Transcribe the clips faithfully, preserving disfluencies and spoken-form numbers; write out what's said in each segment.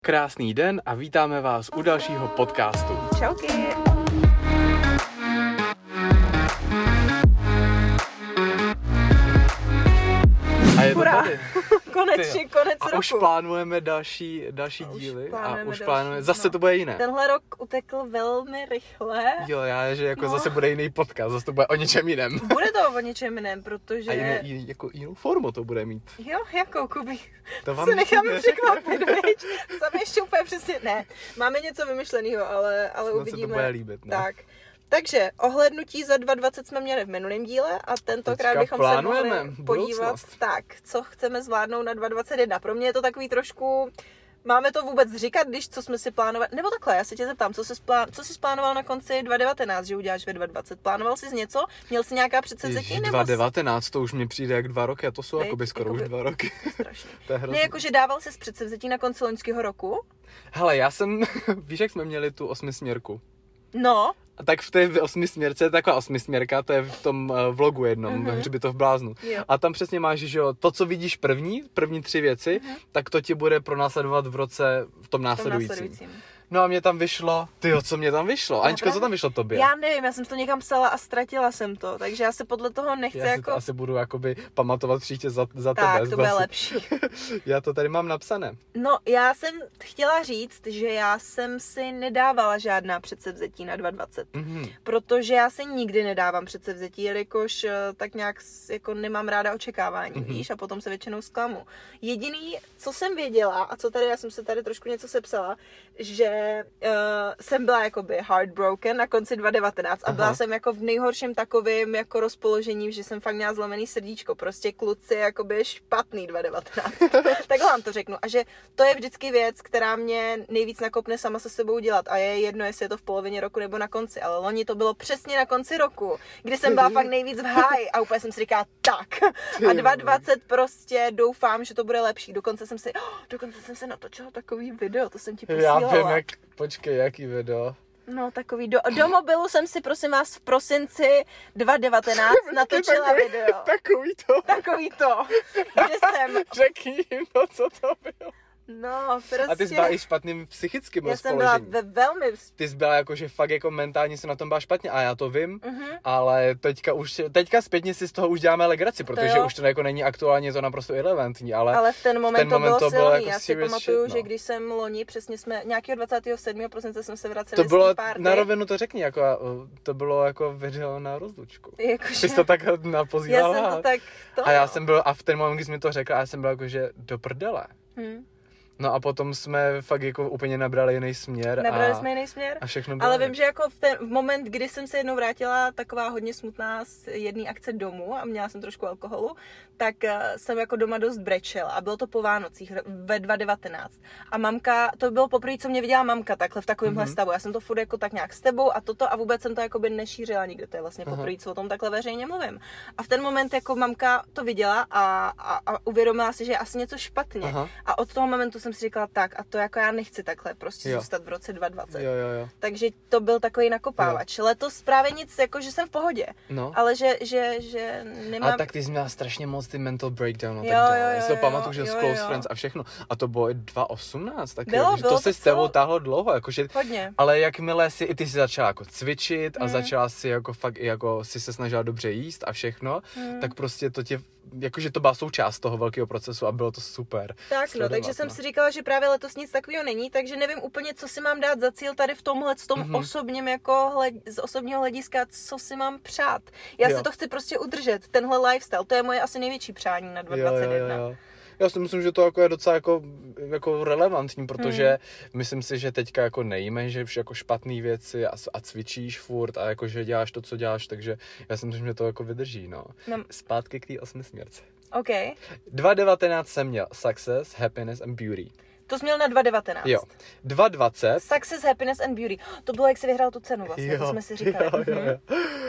Krásný den a vítáme vás u dalšího podcastu. Čauky. A je to Hurá. tady. Konečně, konec a roku. už plánujeme další, další A už díly plánujeme a už další, plánujeme, zase no. to bude jiné. Tenhle rok utekl velmi rychle. Jo, já, že jako No. zase bude jiný podcast, zase to bude o něčem jiném. Bude to o něčem jiném, protože... A jiné, jiný, jako jinou formu to bude mít. Jo, jakou, Kubi? To vám Se necháme neřekne. překvapit, viď? Sami ještě úplně přesně... Ne, máme něco vymyšleného, ale, ale Snad uvidíme. se to bude líbit, no. Tak. Takže ohlédnutí za dva tisíce dvacet jsme měli v minulém díle a tentokrát Teďka bychom se mohli plánujeme podívat, budoucnost. tak, co chceme zvládnout na dva tisíce dvacet jedna. Pro mě je to takový trošku... Máme to vůbec říkat, když co jsme si plánovali, nebo takhle, já se tě zeptám, co jsi, splán, co jsi plánoval na konci dva tisíce devatenáct, že uděláš ve dva tisíce dvacet? Plánoval jsi něco? Měl jsi nějaká předsevzetí? Ježiš, dva tisíce devatenáct, to už mi přijde jak dva roky a to jsou Vy, jakoby skoro jakoby- už dva roky. Strašně. To je hrozný. Ne, jakože dával jsi předsevzetí na konci loňského roku? Hele, já jsem, víš, jak jsme měli tu osmisměrku? No, A tak v té osmisměrce, taková osmisměrka, to je v tom uh, vlogu jednom, Mhm. mm-hmm. Hřbitov bláznu. Jo. A tam přesně máš, že jo, to, co vidíš první, první tři věci, Mhm. tak to ti bude pronásledovat v roce v tom v tom následujícím. následujícím. No a mě tam vyšlo, tyjo, co mě tam vyšlo? Aničko, co právě. tam vyšlo tobě? Já nevím, já jsem to někam psala a ztratila jsem to, takže já se podle toho nechci Já si jako... to asi budu jakoby pamatovat příště za, za Tak, tebe. to bude zase. lepší. Já to tady mám napsané. No, já jsem chtěla říct, že já jsem si nedávala žádná předsevzetí na dva tisíce dvacet. Mhm. Protože já si nikdy nedávám předsevzetí, jelikož eh, tak nějak s- jako nemám ráda očekávání, Mhm. mm-hmm. víš, a potom se většinou zklamu. Jediný, co jsem věděla, a co tady, já jsem se tady trošku něco sepsala, že uh, jsem byla jakoby heartbroken na konci dva tisíce devatenáct a byla Aha. jsem jako v nejhorším takovým jako rozpoložení, že jsem fakt měla zlomený srdíčko, prostě kluci jakoby špatný dva tisíce devatenáct. Takhle vám to řeknu. A že to je vždycky věc, která mě nejvíc nakopne sama se sebou dělat a je jedno, jestli je to v polovině roku nebo na konci, ale loni to bylo přesně na konci roku, kdy jsem byla fakt nejvíc v háji a úplně jsem si říkala tak. A dva tisíce dvacet prostě doufám, že to bude lepší. Dokonce jsem si, oh, dokonce jsem se natočila takový video, to jsem ti Já posílala. vím, jak, počkej, jaký video. No, takový do, do mobilu jsem si, prosím vás, v prosinci dva tisíce devatenáct natočila takový, video. Takový to. Takový to, kde jsem, Řekni jim to, co to bylo. no, prostě. A ty jsi byla i špatným psychickým Já jsem byla rozpoložením. ve velmi... Ty jsi byla jako, že fakt jako mentálně se na tom byla špatně a já to vím, Uh-huh. ale teďka už, teďka zpětně si z toho už děláme legraci, protože jo. už to jako není aktuálně, je to naprosto irrelevantní, ale, Ale v ten moment, ten to moment bylo to bylo silný. jako Já si serious pamatuju, shit, no. že když jsem loni, přesně jsme, nějakého dvacátého sedmého prosince jsme se vraceli to z bylo, té party. na rovinu to řekni, jako, to bylo jako video na rozlučku. Jakože, Ty jsi to tak já napozývala. jsem to tak... To, A já no. jsem byl, a v ten moment, kdy jsi mi to řekla, já jsem byl jako, že do prdele. Hm. No a potom jsme fakt jako úplně nabrali jiný směr. Nabrali a, jsme jiný směr. a všechno bylo. Ale vím, že jako v ten v moment, kdy jsem se jednou vrátila taková hodně smutná z jedné akce domů a měla jsem trošku alkoholu, tak uh, jsem jako doma dost brečela a bylo to po Vánocích ve dva tisíce devatenáct. A mamka, to bylo poprvé, co mě viděla mamka takhle v takovémhle Mhm. stavu. Já jsem to furt jako tak nějak s tebou a toto a vůbec jsem to jako by nešířila nikde. To je vlastně Aha. poprvé, co o tom takhle veřejně mluvím. A v ten moment jako mamka to viděla a, a, a uvědomila si, že je asi něco špatně. Aha. A od toho momentu jsem si říkala tak a to jako já nechci takhle prostě Jo. zůstat v roce dva tisíce dvacet. Jo, jo, jo. Takže to byl takový nakopávač. Jo. Letos právě nic, jako že jsem v pohodě. No. Ale že, že, že nemám... A tak ty jsi měla strašně moc ty mental breakdown a tak Jo, dále. jo, jo, Já si to jo, pamatuju, že jo, z Close jo. Friends a všechno. A to bylo i dva tisíce osmnáct taky. Bylo, jakože bylo to se to s tebou celo- táhlo dlouho, jakože, Hodně. ale jakmile si, i ty si začala jako cvičit a Hmm. začala si jako fakt i jako si se snažila dobře jíst a všechno, Hmm. tak prostě to tě, jakože to byla součást toho velkého procesu a bylo to super. Tak no, sledovat, takže jsem no. si říkala, že právě letos nic takového není, takže nevím úplně, co si mám dát za cíl tady v tomhle, s tom Mhm. mm-hmm. osobním, jako hled, z osobního hlediska, co si mám přát. Já Jo. si to chci prostě udržet, tenhle lifestyle, to je moje asi největší přání na dva tisíce dvacet jedna. Jo, jo, jo. Já si myslím, že to jako je docela jako, jako relevantní, protože hmm. myslím si, že teďka jako nejíme, že vš jako špatný věci a, a cvičíš furt a jako, že děláš to, co děláš, takže já si myslím, že to jako vydrží, no. No. Zpátky k té osmisměrce. OK. dva tisíce devatenáct jsem měl Success, Happiness and Beauty. To jsi měl na dva tisíce devatenáct. Jo. dva tisíce dvacet. Success, Happiness and Beauty. To bylo, jak jsi vyhrál tu cenu vlastně, to jsme si říkali. Jo, jo, jo.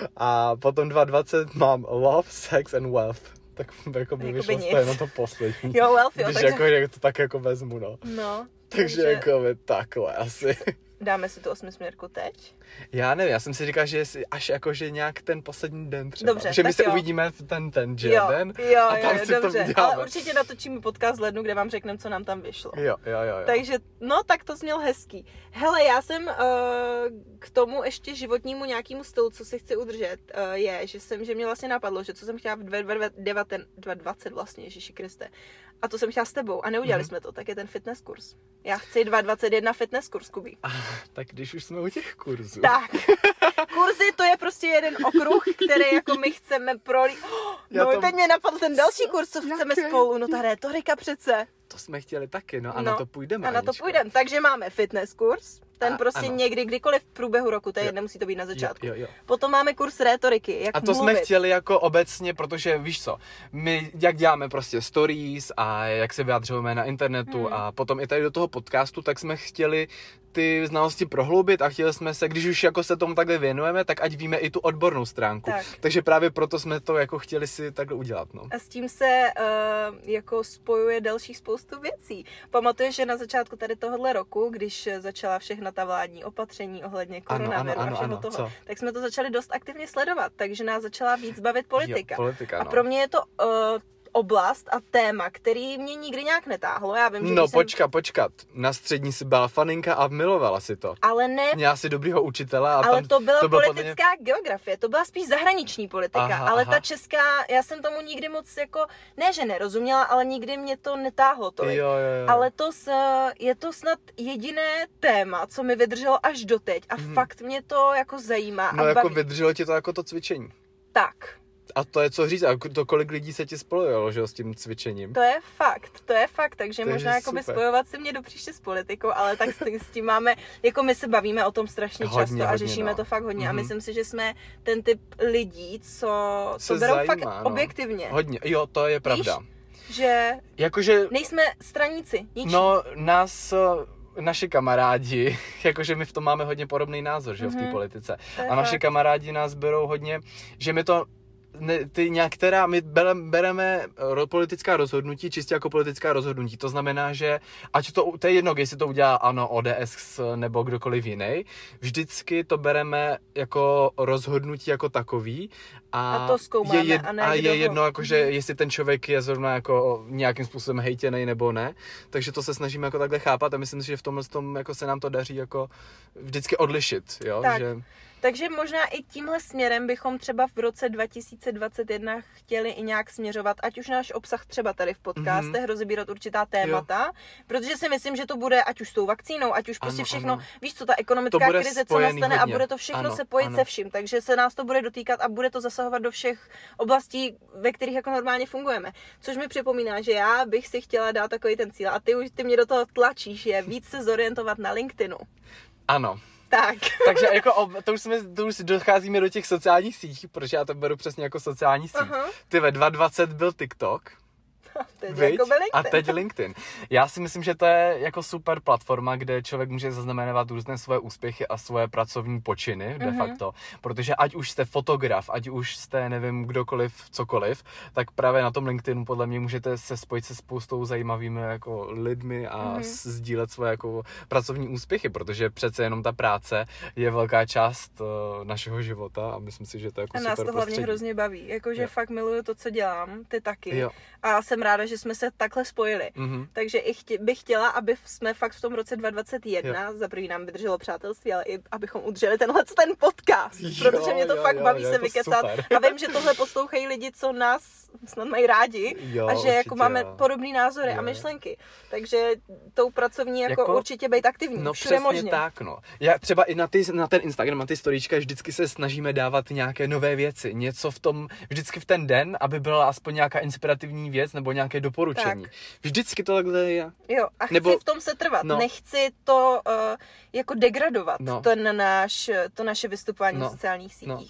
A potom dva tisíce dvacet mám Love, Sex and Wealth. Tak jako by Jakoby vyšlo nic. z toho jenom to poslední. Jo, wealth, jo, Když takže... jako, jak to tak jako vezmu, no. No. Takže jako by takhle asi. Dáme si tu osmisměrku teď? Já nevím, já jsem si říkal, že jestli až jakože nějak ten poslední den třeba. Dobře, že my tak se jo. uvidíme v ten, ten že Jo, den jo, a tam jo, si dobře, to uděláme. ale určitě natočíme podcast v lednu, kde vám řekneme, co nám tam vyšlo. Jo, jo, jo, jo. Takže, no, tak to zněl hezký. Hele, já jsem uh, k tomu ještě životnímu nějakému stylu, co si chci udržet, uh, je, že jsem, že mě vlastně napadlo, že co jsem chtěla v dvacet dvacet vlastně, Ježíši Kriste. A to jsem chtěla s tebou a neudělali mm-hmm. jsme to, tak je ten fitness kurz. Já chci dvacet dvacet jedna fitness kurz, Kubí. Ah, tak když už jsme u těch kurzů. Tak, kurzy to je prostě jeden okruh, který jako my chceme prolít. Oh, no to... teď mě napadl ten další kurz, co chceme okay. spolu, no ta rétorika přece. To jsme chtěli taky, no a no, na to půjdeme. A na to půjdeme, takže máme fitness kurz, ten a, prostě ano. někdy, kdykoliv v průběhu roku, to je, nemusí to být na začátku. Jo, jo, jo. Potom máme kurz rétoriky, jak A to mluvit. jsme chtěli jako obecně, protože víš co, my jak děláme prostě stories a jak se vyjadřujeme na internetu hmm. a potom i tady do toho podcastu, tak jsme chtěli ty znalosti prohloubit a chtěli jsme se, když už jako se tomu takhle věnujeme, tak ať víme i tu odbornou stránku. Tak. Takže právě proto jsme to jako chtěli si takhle udělat, no. A s tím se uh, jako spojuje další spoustu věcí. Pamatuješ, že na začátku tady tohohle roku, když začala všechna ta vládní opatření ohledně koronaviru a všeho toho, co? tak jsme to začali dost aktivně sledovat, takže nás začala víc bavit politika. Jo, politika no. A pro mě je to uh, oblast a téma, který mě nikdy nějak netáhlo. Já vím, že no jsem... počkat, počkat. Na střední si byla faninka a milovala si to. Ale ne... Měla si dobrýho učitele a ale tam, to byla to bylo politická mě... geografie, to byla spíš zahraniční politika, aha, ale aha. ta česká, já jsem tomu nikdy moc jako, ne že nerozuměla, ale nikdy mě to netáhlo tolik. Jo, jo, jo. Ale to s, je to snad jediné téma, co mi vydrželo až doteď a hmm. fakt mě to jako zajímá. No a jako baví. vydrželo ti to jako to cvičení. Tak. A to je co říct, a to kolik lidí se ti spojilo, že jo, s tím cvičením. To je fakt, to je fakt, takže to možná jakoby spojovat se mě do příště s politikou, ale tak s tím máme, jako my se bavíme o tom strašně hodně, často a hodně, řešíme no. to fakt hodně mm-hmm. a myslím si, že jsme ten typ lidí, co se to berou zajímá, fakt no. objektivně. Hodně, jo, to je pravda. Víš, že jakože, nejsme straníci, ničí. No, nás... naši kamarádi, jakože my v tom máme hodně podobný názor, že jo, mm-hmm. v té politice. A naši fakt. kamarádi nás berou hodně, že my to Ne, ty některá, my bereme politická rozhodnutí čistě jako politická rozhodnutí. To znamená, že ať to, to je jedno, jestli to udělá ANO, O D S nebo kdokoliv jiný, vždycky to bereme jako rozhodnutí jako takový. A, a to zkoumáme. Je jed, a, ne a je jedno, jako, že mm. jestli ten člověk je zrovna jako nějakým způsobem hejtěnej nebo ne. Takže to se snažíme jako takhle chápat a myslím si, že v tomhle tom jako se nám to daří jako vždycky odlišit. Jo? Tak. Že... Takže možná i tímhle směrem bychom třeba v roce dva tisíce dvacet jedna chtěli i nějak směřovat, ať už náš obsah třeba tady v podcastech, mm-hmm. rozebírat určitá témata, jo. protože si myslím, že to bude ať už s tou vakcínou, ať už prostě ano, všechno, ano. víš co, ta ekonomická krize, co nastane hodně. A bude to všechno ano, se pojít ano. se vším, takže se nás to bude dotýkat a bude to zasahovat do všech oblastí, ve kterých jako normálně fungujeme. Což mi připomíná, že já bych si chtěla dát takový ten cíl a ty už ty mě do toho tlačíš, je víc se zorientovat na LinkedInu. Ano. Tak. Takže jako, to už, jsme, to už docházíme do těch sociálních sítí, protože já to beru přesně jako sociální síť. Uh-huh. Ty ve dvacet dvacet byl TikTok. Teď jako a teď LinkedIn. Já si myslím, že to je jako super platforma, kde člověk může zaznamenávat různé svoje úspěchy a svoje pracovní počiny, de mm-hmm. facto. Protože ať už jste fotograf, ať už jste, nevím, kdokoliv, cokoliv, tak právě na tom LinkedInu podle mě můžete se spojit se spoustou zajímavými jako lidmi a mm-hmm. sdílet svoje jako pracovní úspěchy, protože přece jenom ta práce je velká část uh, našeho života a myslím si, že to je jako a super nás to hlavně prostředí. hrozně baví. Jakože fakt miluju to, co dělám, ty taky. Jo. A jsem ráda, že jsme se takhle spojili. Mm-hmm. Takže i chtě, bych chtěla, aby jsme fakt v tom roce dvacet dvacet jedna, jo. za první nám vydrželo přátelství, ale i abychom udrželi tenhle ten podcast, jo, protože mě to jo, fakt jo, baví jo, se vykecat. Super. A vím, že tohle poslouchají lidi, co nás snad mají rádi jo, a že určitě, jako máme jo. podobný názory jo. a myšlenky. Takže tou pracovní jako, jako určitě být aktivní. No všude přesně možně. tak, no. Já třeba i na, ty, na ten Instagram, na ty storíčka vždycky se snažíme dávat nějaké nové věci. Něco v tom, vždycky v ten den, aby byla aspoň nějaká inspirativní věc nebo nějaké doporučení. Tak. Vždycky to takhle je. Jo, a chci nebo, v tom se trvat. no. Nechci to uh, jako degradovat, no. ten náš, to naše vystupování no. v sociálních sítích. No.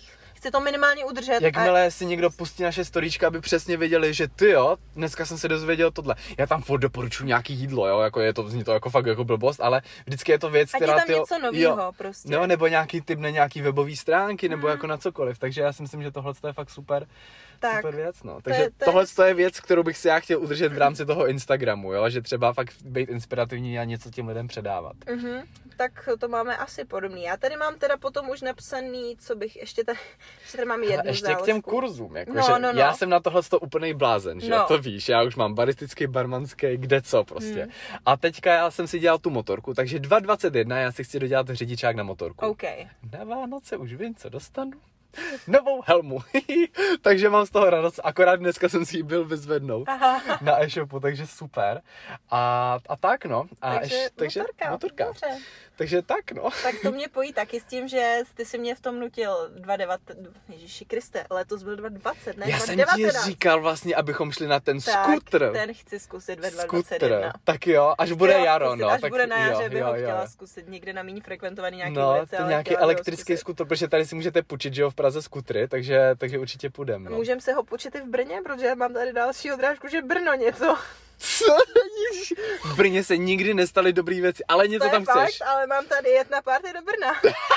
Chci to minimálně udržet. Jakmile a... si někdo pustí naše storíčka, aby přesně věděli, že ty jo, dneska jsem se dozvěděl tohle. Já tam furt doporučuji nějaký jídlo, jo, jako je to, zní to jako fakt jako blbost, ale vždycky je to věc, Ať která je tam něco novýho prostě. No, nebo nějaký typ na nějaký webový stránky, nebo hmm. jako na cokoliv, takže já si myslím, že tohle je fakt super. Tak, super věc, no. Takže to je, to tohle je... je věc, kterou bych si já chtěl udržet v rámci toho Instagramu, jo, že třeba fakt být inspirativní a něco těm lidem předávat. Mm-hmm. Tak to máme asi podobný. Já tady mám teda potom už napsaný, co bych ještě tady, ještě tady mám jednu ale ještě záložku. k těm kurzům, jako, no, že no, no. já jsem na tohle to úplnej blázen, že no. to víš, já už mám baristický, barmanský, kde co prostě. Hmm. A teďka já jsem si dělal tu motorku, takže dva dvacet jedna já si chci dodělat řidičák na motorku. Okay. Na Vánoce už vím, co dostanu. Novou helmu. Takže mám z toho radost. Akorát dneska jsem si ji byl vyzvednout Aha. na e-shopu, takže super. A, a tak no. A takže, ješ, takže motorka. motorka. Takže tak no. Tak to mě pojí taky s tím, že ty si mě v tom nutil dva devatenáct. Ježíši Kriste, letos byl dva dvacet, ne? Já dva jsem devatenáct. ti říkal vlastně, abychom šli na ten tak, skutr. ten chci zkusit ve dva dvacet jedna. Tak jo, až bude chtěla jaro, zkusit, no. Až tak bude na jaře, jo, bych jo, ho jo. chtěla zkusit někde na méně frekventovaný nějaký no, ulici. No, ale nějaký elektrický skutr, protože tady si můžete půjčit, že jo, v Praze skutry, takže, takže určitě půjdeme. No. Můžeme se ho půjčit i v Brně, protože mám tady další odrážku, že Brno něco. Co? V Brně se nikdy nestaly dobrý věci, ale něco to tam fakt, chceš. Ale mám tady jet na party do Brna.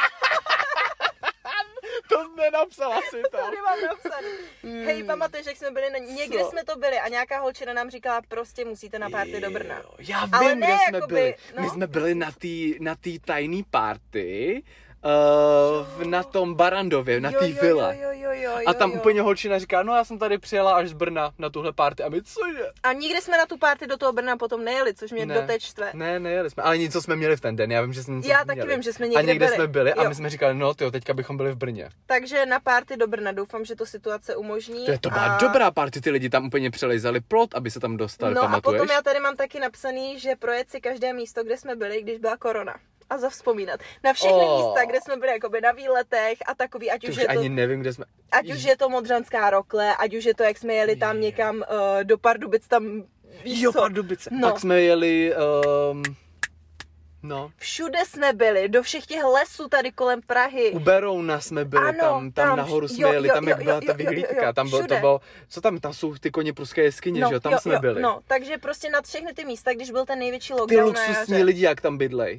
To jsi nenapsala si to. Tady mám napsaný. Hmm. Hej, pamatuješ, jak jsme byli, na... někde Co? jsme to byli a nějaká holčina nám říkala, prostě musíte na party do Brna. Já vím, ale kde ne, jsme jakoby, byli. No? My jsme byli na té na tý tajný party. Uh, na tom Barandově, na té vile. Jo, jo, jo, jo, a tam jo. úplně holčina říká, no já jsem tady přijela až z Brna na tuhle party a my cože? A nikdy jsme na tu party do toho Brna potom nejeli, což mě ne, doteď štve. Ne, nejeli jsme, ale něco jsme měli v ten den, já vím, že jsme něco Já měli. taky vím, že jsme někde byli. A někde byli. jsme byli a jo. my jsme říkali, no tyjo, teďka bychom byli v Brně. Takže na party do Brna, doufám, že to situace umožní. To je to byla a... dobrá party, ty lidi tam úplně přelejzali plot, aby se tam dostali, no pamatuješ? No a potom já tady mám taky napsaný, že projet si každé místo, kde jsme byli, když byla korona. A zavzpomínat. Na všechny oh. místa, kde jsme byli jakoby na výletech a takový, ať to už už je to... ani nevím, kde jsme... Ať už je to Modřanská Rokle, ať už je to, jak jsme jeli tam někam uh, do Pardubic, tam víš Jo, co? Pardubice. No. Pak jsme jeli... Um... No. Všude jsme byli, do všech těch lesů tady kolem Prahy. U Berouna jsme byli, ano, tam, tam, tam nahoru jsme jo, jeli, jo, tam jo, jak byla jo, ta jo, vyhlídka, jo, jo, tam bylo, to všude. bylo, co tam, tam jsou ty koně pruské jeskyně, no, že jo, tam jo, jsme jo, byli. No, takže prostě na všechny ty místa, když byl ten největší Ty lockdown na luxusní jaře. lidi, jak tam bydlej.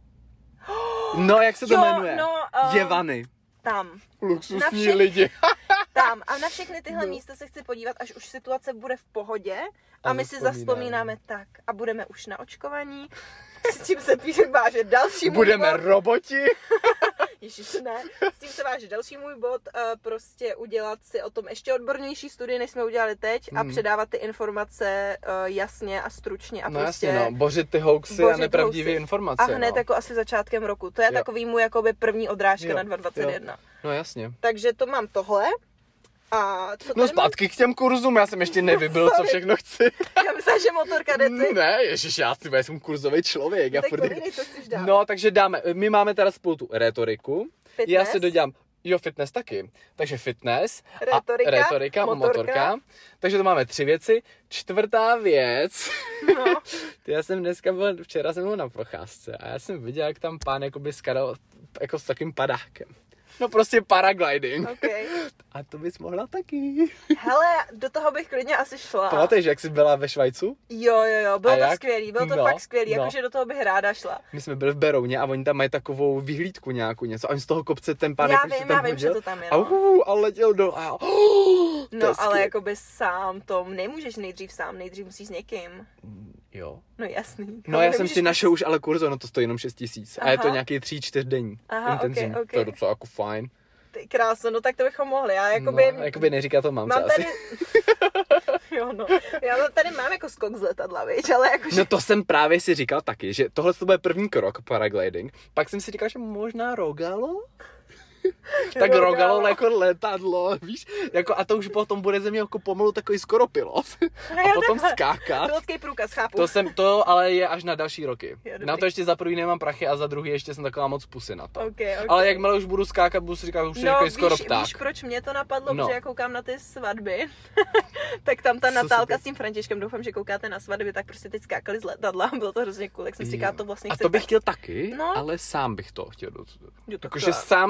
No, jak se to jo, jmenuje? No, uh, Jevany. Tam. Luxusní všech... lidi. Tam. A na všechny tyhle no. místa se chci podívat, až už situace bude v pohodě a, a my si zavzpomínáme tak a budeme už na očkovaní. S tím se píše váže další můj Budeme bod. roboti. Ježiš, ne. S tím se váže další můj bod, uh, prostě udělat si o tom ještě odbornější studii, než jsme udělali teď a mm. předávat ty informace uh, jasně a stručně a no prostě... jasně, no, bořit ty hoaxy bořit a nepravdivé hoaxy. informace. A hned no. jako asi začátkem roku. To je jo. takový můj jakoby první odrážka jo. na dva dvacet jedna. Jo. No jasně. Takže to mám tohle. A co no zpátky mám? K těm kurzům, já jsem ještě nevybil, co všechno chci. Já myslím, že motorka deci. Ne, ježiš, já, já jsem kurzový člověk. No, já tak furt... povídej, co chceš dát. No, takže dáme, my máme teda spolu tu retoriku. Fitness. Já se dodělám, jo, fitness taky. Takže fitness, retorika, a retorika, motorka. motorka. Takže to máme tři věci. Čtvrtá věc. No. Já jsem dneska byl, včera jsem byl na procházce a já jsem viděl, jak tam pán jakoby skadal jako s takým padákem. No prostě paragliding. Okay. A to bys mohla taky. Hele, do toho bych klidně asi šla. Pamatuješ, jak jsi byla ve Švajcu? Jo, jo, jo, bylo a to jak? skvělý, bylo to no, fakt skvělý, no. jakože do toho bych ráda šla. My jsme byli v Berouně a oni tam mají takovou vyhlídku nějakou něco a oni z toho kopce ten pán já jako vím, tam já vím, hodil, že to tam je, a, no. uh, a letěl do a oh, no, ale jakoby sám to nemůžeš nejdřív sám, nejdřív musíš s někým. Jo. No jasný. No já jsem si našel už ale kurzo, no to stojí jenom šest tisíc a je to nějaký tři, čtyři denní. Aha, intenzivní. okay, okay. To je docela jako fajn. Ty krásno, no tak to bychom mohli, já jakoby... No, jakoby neříká to mamce mám tady... asi. jo no, já tady mám jako skok z letadla, víš, ale jakože... No to jsem právě si říkal taky, že tohle to bude první krok paragliding, pak jsem si říkal, že možná Rogalo? tak Rogalo. Rogalo jako letadlo, víš, jako a to už potom bude ze mě jako pomalu takový skoro pilot a, a potom takhle. Skákat. Pilotský průkaz, chápu. To jsem, to ale je až na další roky. Jo, na to ještě za první nemám prachy a za druhý ještě jsem taková moc pusy na to. Okay, okay. Ale jakmile už budu skákat, budu si říkat, už no, je skoro víš, pták. víš, proč mě to napadlo, no. protože já koukám na ty svatby, tak tam ta Natálka s tím Františkem, doufám, že koukáte na svatby, tak prostě teď skákali z letadla, bylo to hrozně cool, jak jsem si říkala, to vlastně a to bych tak... chtěl taky, no. ale sám bych to chtěl. Jo, Jakože sám skočím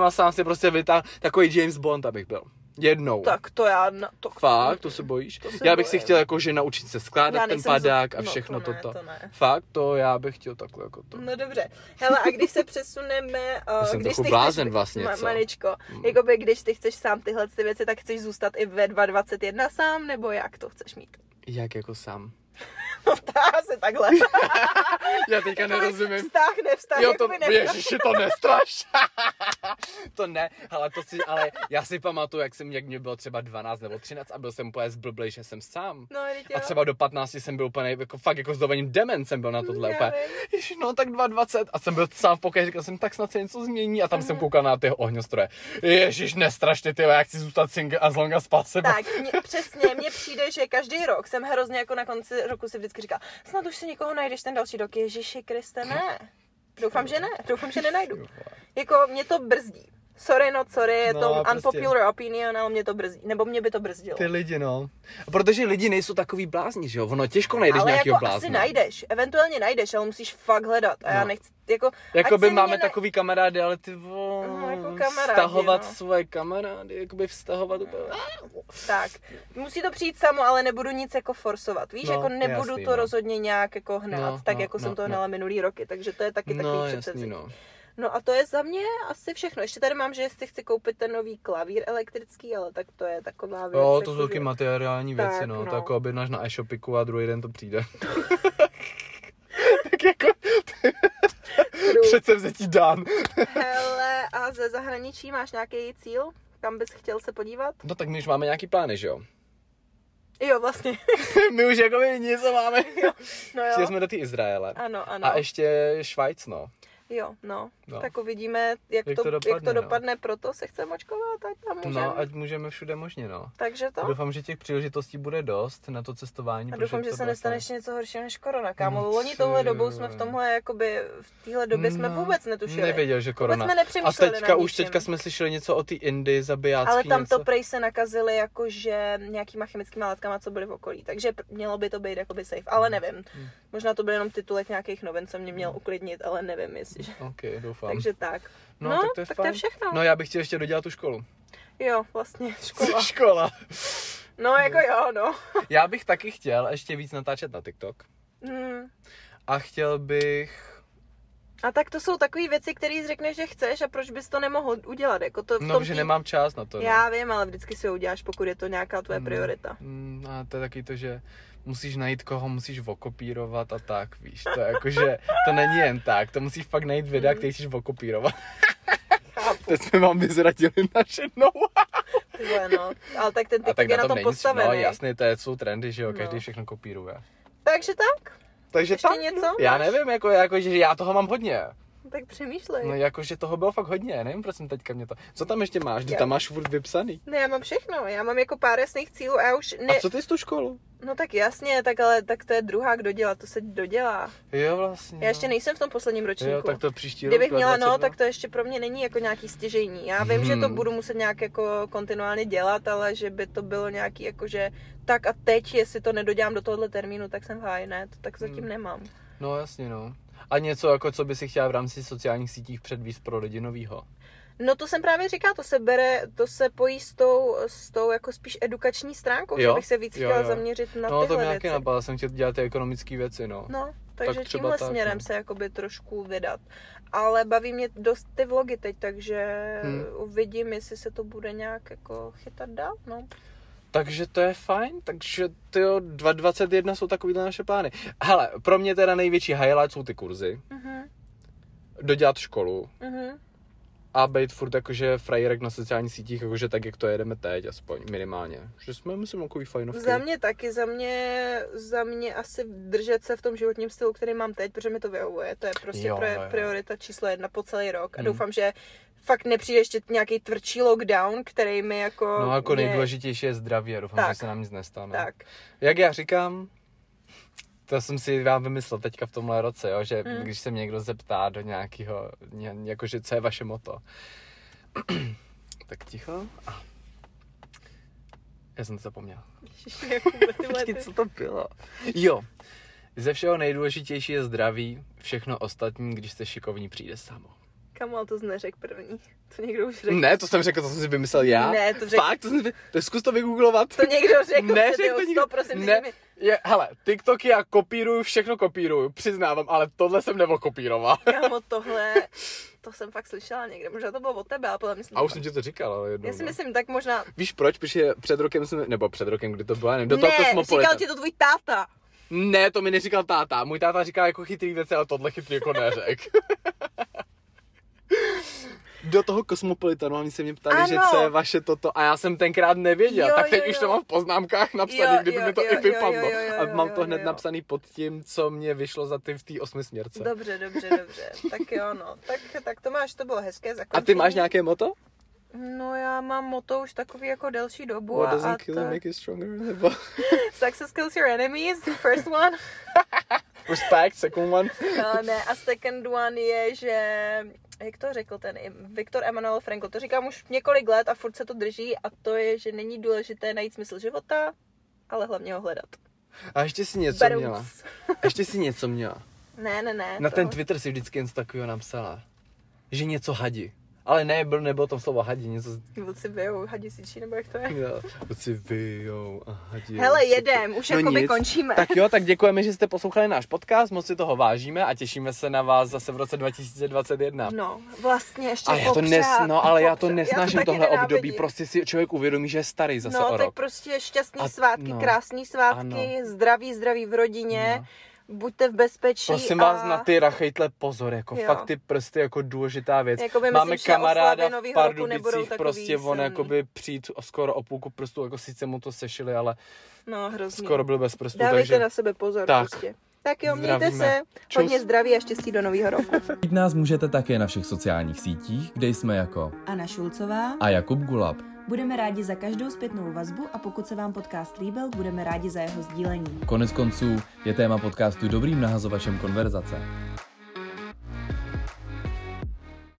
a sám si prostě vytáhl takový James Bond, abych byl. Jednou. Tak to já... No, to... Fakt, to se bojíš? To se já bych bojím. si chtěl jakože naučit se skládat ten padák z... a všechno no, to ne, toto. To ne. Fakt, to já bych chtěl takhle jako to. No dobře. Hele, a když se přesuneme... Uh, jsem když trochu ty blázen chceš, vlastně, ma, co? Maničko, Hmm. jakoby když ty chceš sám tyhle ty věci, tak chceš zůstat i ve dva dvacet jedna sám, nebo jak to chceš mít? Jak jako sám? No tá, se takhle. Já teďka nerozumím. Vztah, nevztah, Jo, to, jakoby nevztah. ježiši, to nestraš. To ne, ale to si, ale já si pamatuju, jak jsem, jak mě bylo třeba dvanáct nebo třináct a byl jsem úplně zblblej, že jsem sám. No, A třeba do patnácti jsem byl úplně, jako fakt jako zdobením dement jsem byl na tohle Já úplně. vím. Ježiš, no tak dvacet dva a jsem byl sám v pokoji, říkal jsem, tak snad se něco změní a tam jsem koukal na ty ohňostroje. Ježiš, nestrašte ty, já chci zůstat single as long as possible. Tak, mě, přesně, mně přijde, že každý rok jsem hrozně jako na konci roku si vždycky říkal, snad už si někoho najdeš ten další rok. Ježiši Kriste, ne. Doufám, že ne. Doufám, že nenajdu. Jako mě to brzdí. Sorry, not sorry, je No, to prostě. unpopular opinion, ale mě to brzdí. Nebo mě by to brzdilo. Ty lidi, no. Protože lidi nejsou takový blázni, že jo? Ono těžko najdeš ale nějakýho jako blázna. asi najdeš, eventuálně najdeš, ale musíš fakt hledat. A já No. nechci, jako... Jakoby ať se máme mě ne- takový kamarády, ale ty vo... No, jako kamarádi, vztahovat no. svoje kamarády, jakoby vztahovat úplně... Tak, musí to přijít samo, ale nebudu nic jako forsovat. Víš, No, jako nebudu jasný, to no. rozhodně nějak jako hnát, No, tak no, jako no, jsem to no. hnala minulý roky, takže to je taky takový No, jasný, předsevzetí. no. No a to je za mě asi všechno. Ještě tady mám, že jestli chci koupit ten nový klavír elektrický, ale tak to je taková věc. Jo, jako, to jsou taky že- materiální věci, Tak, no. no. To jako objednáš na e-shopiku a druhý den to přijde. Tak jako... Předsevzetí dán. Hele, a ze zahraničí máš nějaký cíl? Kam bys chtěl se podívat? No tak my už máme nějaký plány, že jo? Jo, vlastně. My už jako my něco máme. No jo. Chtěli jsme do té Izraele. Ano, ano. A ještě Švajc, no. Jo, no. No. Tak uvidíme, jak, Jak to, to jak dopadne, to no. dopadne, proto se chceme očkovat, ať tam můžeme. No, ať můžeme všude možně, no. Takže to. Doufám, že těch příležitostí bude dost na to cestování. A protože doufám, že to se bude nestane fajn. ještě něco horšího než korona, kámo. No, Loni ty touhle dobou jo. jsme v tomhle, jakoby, v téhle době jsme No, vůbec netušili. Nevěděl, že korona. Vůbec jsme A nepřemýšleli teďka nad už ničím. teďka jsme slyšeli něco o té Indii zabijácký Ale tam něco. to prej se nakazili jakože nějakýma chemickýma látkama, co byly v okolí. Takže pr- mělo by to být jakoby safe, ale nevím. Hmm. Možná to byl jenom titulek nějakých novin, co mě měl uklidnit, ale nevím, jestli. Že... Ok, doufám. Takže tak. no, no, tak to je tak fajn. to je všechno. No, já bych chtěl ještě dodělat tu školu. Jo, vlastně, škola. Škola. No, jako jo, no. Já bych taky chtěl ještě víc natáčet na TikTok. Hmm. A chtěl bych... A tak to jsou takové věci, které řekneš, že chceš a proč bys to nemohl udělat. Jako to v No, tom že tý- nemám čas na to. No. Já vím, ale vždycky si ho uděláš, pokud je to nějaká tvoje Mm, priorita. Mm, a to je taky to, že musíš najít koho, musíš okopírovat a tak, víš. To je jako, že to není jen tak, to musíš fakt najít videa, Mm. který chceš okopírovat. Chápu. Teď jsme vám vyzradili naše know. Tyhle, no. Ale tak ten A TikTok tak je na na tom tom není, no postavený. jasně, to je, jsou trendy, že jo, No. každý všechno kopíruje. Takže tak. Takže Ještě tak, něco no. Já máš? nevím, jako, jako, že já toho mám hodně. Tak přemýšlej. No jakože toho bylo fakt hodně, nevím, proč jsem teďka mě to... Co tam ještě máš? Ty Já- tam máš furt vypsaný. Ne, já mám všechno. Já mám jako pár jasných cílů a já už ne... A co ty s tu školu? No tak jasně, tak ale tak to je druhá, kdo dělá, to se dodělá. Jo, vlastně. Já ještě nejsem v tom posledním ročníku. Jo, tak to příští Kdybych rok. měla, no, dvacet dva. tak to ještě pro mě není jako nějaký stěžejní. Já vím, Hmm. že to budu muset nějak jako kontinuálně dělat, ale že by to bylo nějaký jako, že tak a teď, jestli to nedodělám do tohohle termínu, tak jsem v háji, ne, to tak zatím Hmm. nemám. No jasně, no. A něco, jako co by si chtěla v rámci sociálních sítích předvíst pro lidi novýho? No to jsem právě říkala, to se bere, to se pojí s tou, s tou jako spíš edukační stránkou, Jo, že bych se víc jo, chtěla jo. zaměřit na No to tyhle mě nějaký věci. napadlo, jsem chtěl dělat ty ekonomické věci, no. No, takže Tak třeba tímhle tak, směrem no. se jakoby trošku vydat. Ale baví mě dost ty vlogy teď, takže Hmm. uvidím, jestli se to bude nějak jako chytat dál, no. Takže to je fajn, takže tyjo, dva dvacet jedna jsou takovýhle naše plány. Hele, pro mě teda největší highlight jsou ty kurzy, Mhm, dodělat školu mhm. a být furt jakože frajerek na sociálních sítích, jakože tak, jak to jedeme teď, aspoň minimálně. Že jsme, myslím, takový fajnovky. Za mě taky, za mě, za mě asi držet se v tom životním stylu, který mám teď, protože mi to vyhovuje. To je prostě Jo, pro, jo, jo. priorita číslo jedna po celý rok. A Hmm. doufám, že fakt nepřijde ještě nějaký tvrdší lockdown, který mi jako... No jako mě... nejdůležitější je zdraví a doufám, Tak. že se nám nic nestane. Tak. Jak já říkám, to jsem si vám vymyslel teďka v tomhle roce, jo, že Mm. když se mě někdo zeptá do nějakého, ně, jakože co je vaše moto, tak ticho. A. Já jsem to zapomněl. Ježiši, Jakube, tyhle Počkej, ty- co to bylo? Jo, ze všeho nejdůležitější je zdraví, všechno ostatní, když jste šikovní, přijde samo. Kamu, ale to jsi neřekl první. To někdo už řekl. Ne, to jsem řekl, to jsem si vymyslel já. Ne, to řekl. Fakt, to jsem si... To zkus to vygooglovat. To někdo řekl. Ne, před řekl to sto, někdo. prosím, Ne, mi. je, hele, TikToky já kopíruju, všechno kopíruju, přiznávám, ale tohle jsem nevokopíroval. Kámo, tohle, to jsem fakt slyšela někde. Možná to bylo od tebe, ale podle mě jsem A už to jsem ti to říkal, ale jednou. Já si no. myslím, tak možná... Víš proč? Protože před rokem jsem, nebo před rokem, kdy to bylo, nevím, do toho Ne, Kosmopolitan. říkal ti to tvůj táta. Ne, to mi neříkal táta. Můj táta říká jako chytrý věci, ale tohle chytrý jako neřek. Do toho Kosmopolitanu, oni se mě ptali, Ano. že co je vaše toto a já jsem tenkrát nevěděl, Jo, tak teď jo, už jo. to mám v poznámkách napsaný, Jo, kdyby jo, mi to jo, i jo, vypadlo. jo, jo, jo, A mám to jo, hned jo. napsaný pod tím, co mě vyšlo za ty v té osmi směrce. Dobře, dobře, dobře. Tak jo, no. Tak, tak to máš, to bylo hezké zakončení. A ty máš nějaké moto? No já mám moto už takový jako delší dobu. What a, doesn't a kill to... you make you stronger? Nebo... Success kills your enemies, the first one. Respect, second one. No ne, a second one je, že... Jak to řekl ten Viktor Emanuel Frankl, to říkám už několik let a furt se to drží a to je, že není důležité najít smysl života, ale hlavně ho hledat. A ještě si něco Barunc. měla. A ještě si něco měla. Ne, ne, ne. Na to... ten Twitter si vždycky něco takového napsala. Že něco hadí. Ale ne, byl, nebylo tam slovo hadí, něco... Vůdci bijou hadí sičí, nebo jak to je? Jo, vůdci vyjou a hadí. Hele, jedem, už No jakoby nic. končíme. Tak jo, tak děkujeme, že jste poslouchali náš podcast, moc si toho vážíme a těšíme se na vás zase v roce dva tisíce dvacet jedna. No, vlastně ještě A já to popřát, nes, no, ale já to popřát. nesnáším taky tohle nenávidím. období, prostě si člověk uvědomí, že je starý zase No, o tak rok. prostě šťastný A- svátky, no. krásný svátky, Ano. zdraví, zdraví v rodině, No. buďte v bezpečí. Prosím a... vás na ty rachejtle pozor, jako Jo. fakt ty prsty jako důležitá věc. Jakoby Máme myslím, že kamaráda oslavy v novýho roku nebudou Pardubicích, takový prostě on silný. jakoby přijít skoro o půlku prstů, jako sice mu to sešili, ale No, hrozně. skoro byl bez prstů, Dávejte takže na sebe pozor Tak. prostě. Tak jo, mějte Zdravíme. se, Čus. hodně zdraví a štěstí do nového roku. Najít nás můžete také na všech sociálních sítích, kde jsme jako Anna Šulcová. a Jakub Gulab. Budeme rádi za každou zpětnou vazbu a pokud se vám podcast líbil, budeme rádi za jeho sdílení. Konec konců je téma podcastu dobrým nahazovačem konverzace.